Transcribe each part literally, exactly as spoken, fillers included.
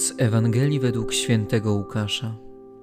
Z Ewangelii według świętego Łukasza.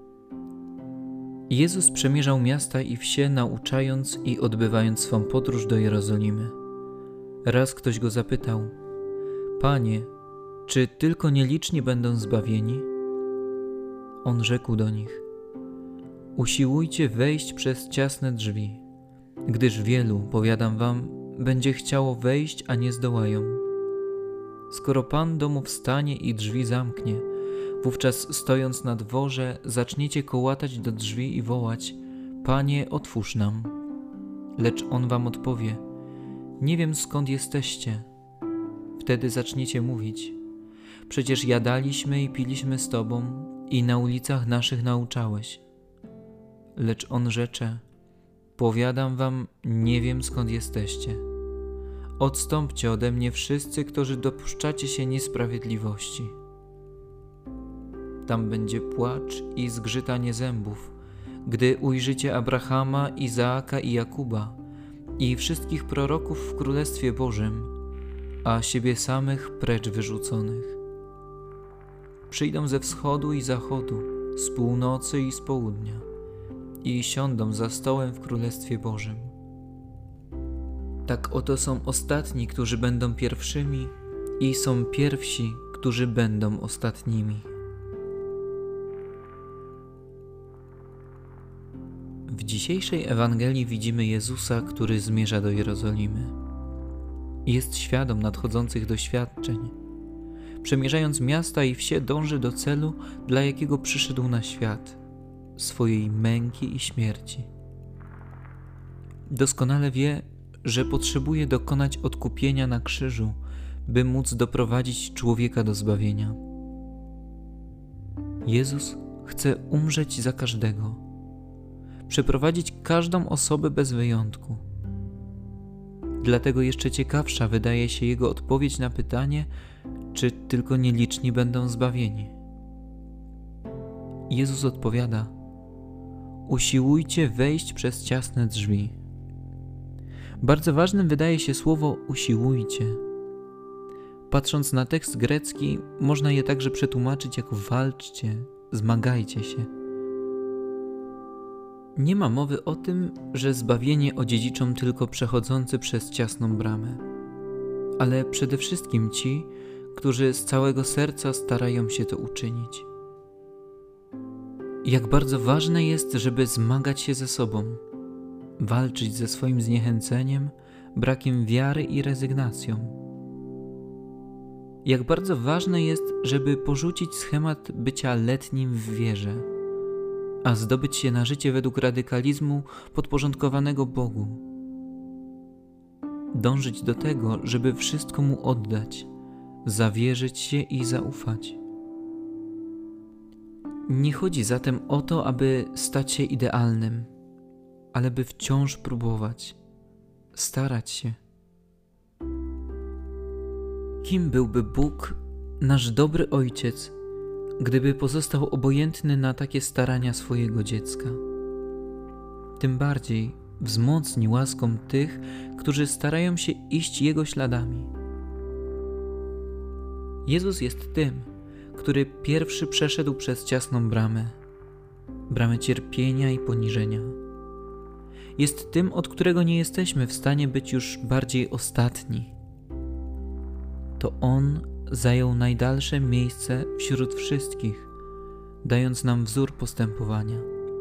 Jezus przemierzał miasta i wsie, nauczając i odbywając swą podróż do Jerozolimy. Raz ktoś go zapytał: Panie, czy tylko nieliczni będą zbawieni? On rzekł do nich: Usiłujcie wejść przez ciasne drzwi, gdyż wielu, powiadam wam, będzie chciało wejść, a nie zdołają. Skoro Pan domu wstanie i drzwi zamknie, wówczas stojąc na dworze zaczniecie kołatać do drzwi i wołać: Panie, otwórz nam. Lecz On wam odpowie: Nie wiem, skąd jesteście. Wtedy zaczniecie mówić: Przecież jadaliśmy i piliśmy z Tobą i na ulicach naszych nauczałeś. Lecz On rzecze: Powiadam wam, nie wiem, skąd jesteście. Odstąpcie ode mnie wszyscy, którzy dopuszczacie się niesprawiedliwości. Tam będzie płacz i zgrzytanie zębów, gdy ujrzycie Abrahama, Izaaka i Jakuba i wszystkich proroków w Królestwie Bożym, a siebie samych precz wyrzuconych. Przyjdą ze wschodu i zachodu, z północy i z południa i siądą za stołem w Królestwie Bożym. Tak oto są ostatni, którzy będą pierwszymi, i są pierwsi, którzy będą ostatnimi. W dzisiejszej Ewangelii widzimy Jezusa, który zmierza do Jerozolimy. Jest świadom nadchodzących doświadczeń. Przemierzając miasta i wsie, dąży do celu, dla jakiego przyszedł na świat – swojej męki i śmierci. Doskonale wie, że potrzebuje dokonać odkupienia na krzyżu, by móc doprowadzić człowieka do zbawienia. Jezus chce umrzeć za każdego, przeprowadzić każdą osobę bez wyjątku. Dlatego jeszcze ciekawsza wydaje się Jego odpowiedź na pytanie, czy tylko nieliczni będą zbawieni. Jezus odpowiada: Usiłujcie wejść przez ciasne drzwi. Bardzo ważnym wydaje się słowo usiłujcie. Patrząc na tekst grecki, można je także przetłumaczyć jako walczcie, zmagajcie się. Nie ma mowy o tym, że zbawienie odziedziczą tylko przechodzący przez ciasną bramę, ale przede wszystkim ci, którzy z całego serca starają się to uczynić. Jak bardzo ważne jest, żeby zmagać się ze sobą, walczyć ze swoim zniechęceniem, brakiem wiary i rezygnacją. Jak bardzo ważne jest, żeby porzucić schemat bycia letnim w wierze, a zdobyć się na życie według radykalizmu podporządkowanego Bogu. Dążyć do tego, żeby wszystko Mu oddać, zawierzyć się i zaufać. Nie chodzi zatem o to, aby stać się idealnym, ale by wciąż próbować, starać się. Kim byłby Bóg, nasz dobry Ojciec, gdyby pozostał obojętny na takie starania swojego dziecka? Tym bardziej wzmocni łaską tych, którzy starają się iść Jego śladami. Jezus jest tym, który pierwszy przeszedł przez ciasną bramę, bramę cierpienia i poniżenia. Jest tym, od którego nie jesteśmy w stanie być już bardziej ostatni. To On zajął najdalsze miejsce wśród wszystkich, dając nam wzór postępowania.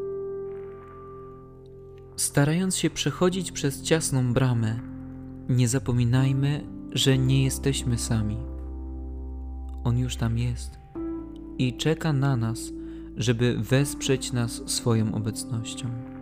Starając się przechodzić przez ciasną bramę, nie zapominajmy, że nie jesteśmy sami. On już tam jest i czeka na nas, żeby wesprzeć nas swoją obecnością.